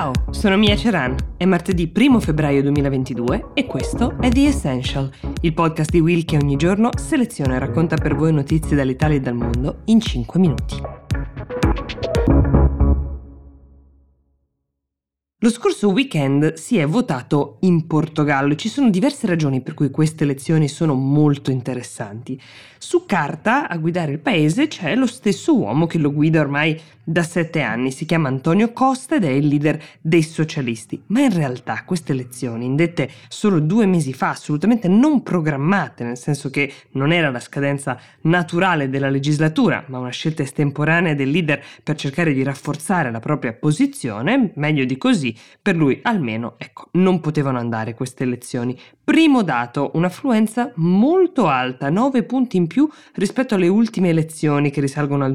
Ciao, sono Mia Ceran, è martedì 1 febbraio 2022 e questo è The Essential, il podcast di Will che ogni giorno seleziona e racconta per voi notizie dall'Italia e dal mondo in 5 minuti. Lo scorso weekend si è votato in Portogallo e ci sono diverse ragioni per cui queste elezioni sono molto interessanti. Su carta, a guidare il paese c'è lo stesso uomo che lo guida ormai da 7 anni, si chiama António Costa ed è il leader dei socialisti. Ma in realtà queste elezioni, indette solo 2 mesi fa, assolutamente non programmate, nel senso che non era la scadenza naturale della legislatura, ma una scelta estemporanea del leader per cercare di rafforzare la propria posizione, meglio di così, per lui almeno, non potevano andare queste elezioni. Primo dato, un'affluenza molto alta, 9 punti in più rispetto alle ultime elezioni che risalgono al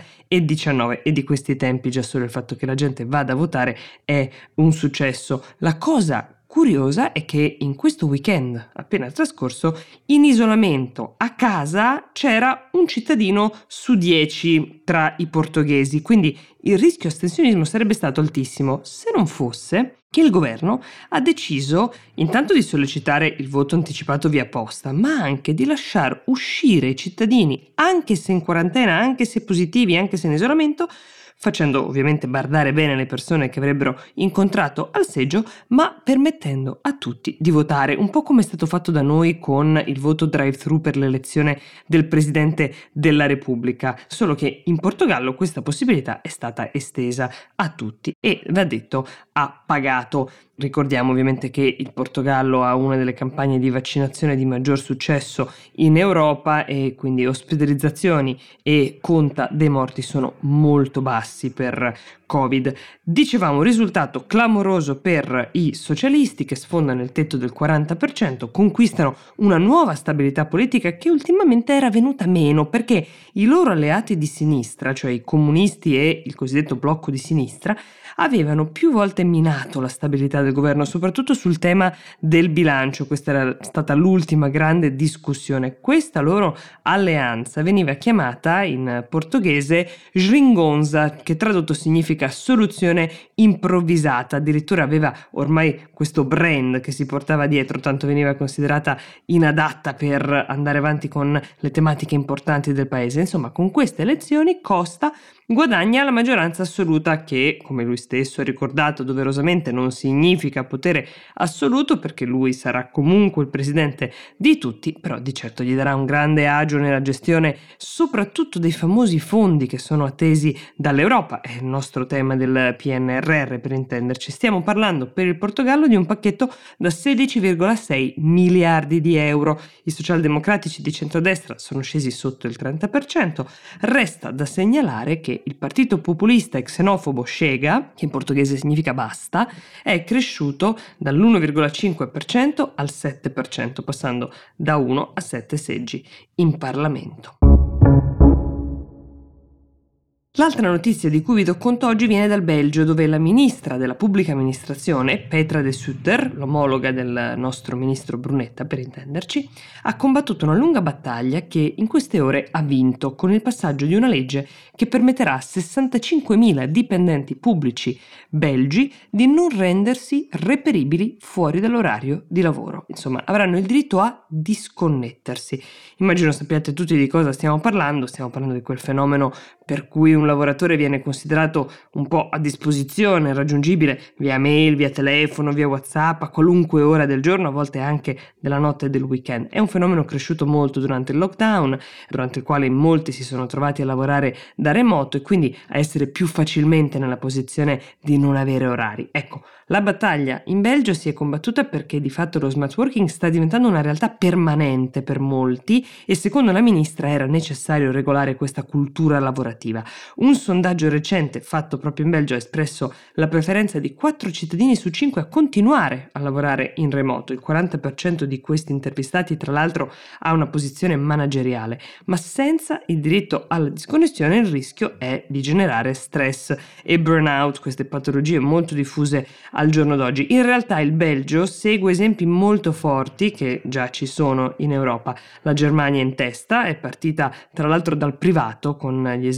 2019 e di questi tempi già solo il fatto che la gente vada a votare è un successo. La cosa curiosa è che in questo weekend appena trascorso, in isolamento a casa c'era un cittadino su 10 tra i portoghesi, quindi il rischio astensionismo sarebbe stato altissimo se non fosse che il governo ha deciso intanto di sollecitare il voto anticipato via posta, ma anche di lasciar uscire i cittadini, anche se in quarantena, anche se positivi, anche se in isolamento, facendo ovviamente bardare bene le persone che avrebbero incontrato al seggio, ma permettendo a tutti di votare, un po' come è stato fatto da noi con il voto drive-thru per l'elezione del Presidente della Repubblica, solo che in Portogallo questa possibilità è stata estesa a tutti e, va detto, ha pagato. Ricordiamo ovviamente che il Portogallo ha una delle campagne di vaccinazione di maggior successo in Europa e quindi ospedalizzazioni e conta dei morti sono molto bassi per Covid. Dicevamo, un risultato clamoroso per i socialisti che sfondano il tetto del 40%, conquistano una nuova stabilità politica che ultimamente era venuta meno perché i loro alleati di sinistra, cioè i comunisti e il cosiddetto blocco di sinistra, avevano più volte minato la stabilità del governo, soprattutto sul tema del bilancio. Questa era stata l'ultima grande discussione. Questa loro alleanza veniva chiamata in portoghese Geringonça, che tradotto significa soluzione improvvisata. Addirittura aveva ormai questo brand che si portava dietro, tanto veniva considerata inadatta per andare avanti con le tematiche importanti del paese. Insomma, con queste elezioni Costa guadagna la maggioranza assoluta che, come lui stesso ha ricordato doverosamente, non significa potere assoluto perché lui sarà comunque il presidente di tutti, però di certo gli darà un grande agio nella gestione soprattutto dei famosi fondi che sono attesi dall'Europa. È il nostro tema del PNRR, per intenderci. Stiamo parlando per il Portogallo di un pacchetto da 16,6 miliardi di euro. I socialdemocratici di centrodestra sono scesi sotto il 30%. Resta da segnalare che il partito populista e xenofobo Chega, che in portoghese significa basta, è cresciuto dall'1,5% al 7%, passando da 1 a 7 seggi in Parlamento. L'altra notizia di cui vi do conto oggi viene dal Belgio, dove la ministra della pubblica amministrazione, Petra De Sutter, l'omologa del nostro ministro Brunetta per intenderci, ha combattuto una lunga battaglia che in queste ore ha vinto con il passaggio di una legge che permetterà a 65.000 dipendenti pubblici belgi di non rendersi reperibili fuori dall'orario di lavoro. Insomma, avranno il diritto a disconnettersi. Immagino sappiate tutti di cosa stiamo parlando di quel fenomeno per cui un lavoratore viene considerato un po' a disposizione, raggiungibile via mail, via telefono, via WhatsApp, a qualunque ora del giorno, a volte anche della notte e del weekend. È un fenomeno cresciuto molto durante il lockdown, durante il quale molti si sono trovati a lavorare da remoto e quindi a essere più facilmente nella posizione di non avere orari. Ecco, la battaglia in Belgio si è combattuta perché di fatto lo smart working sta diventando una realtà permanente per molti e secondo la ministra era necessario regolare questa cultura lavorativa. Un sondaggio recente fatto proprio in Belgio ha espresso la preferenza di 4 cittadini su 5 a continuare a lavorare in remoto. Il 40% di questi intervistati, tra l'altro, ha una posizione manageriale, ma senza il diritto alla disconnessione il rischio è di generare stress e burnout, queste patologie molto diffuse al giorno d'oggi. In realtà il Belgio segue esempi molto forti che già ci sono in Europa. La Germania in testa, è partita tra l'altro dal privato con gli esempi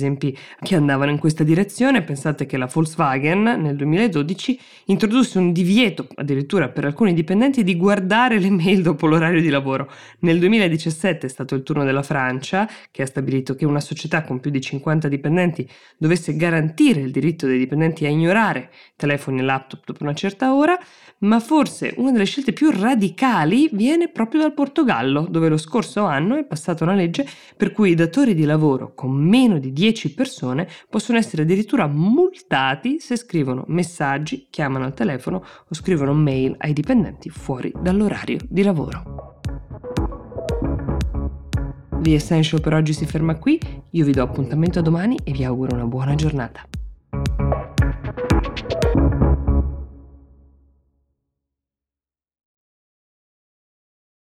esempi che andavano in questa direzione. Pensate che la Volkswagen nel 2012 introdusse un divieto addirittura per alcuni dipendenti di guardare le mail dopo l'orario di lavoro. Nel 2017 è stato il turno della Francia, che ha stabilito che una società con più di 50 dipendenti dovesse garantire il diritto dei dipendenti a ignorare telefoni e laptop dopo una certa ora, ma forse una delle scelte più radicali viene proprio dal Portogallo, dove lo scorso anno è passata una legge per cui i datori di lavoro con meno di 10 persone possono essere addirittura multati se scrivono messaggi, chiamano al telefono o scrivono mail ai dipendenti fuori dall'orario di lavoro. The Essential per oggi si ferma qui, io vi do appuntamento a domani e vi auguro una buona giornata.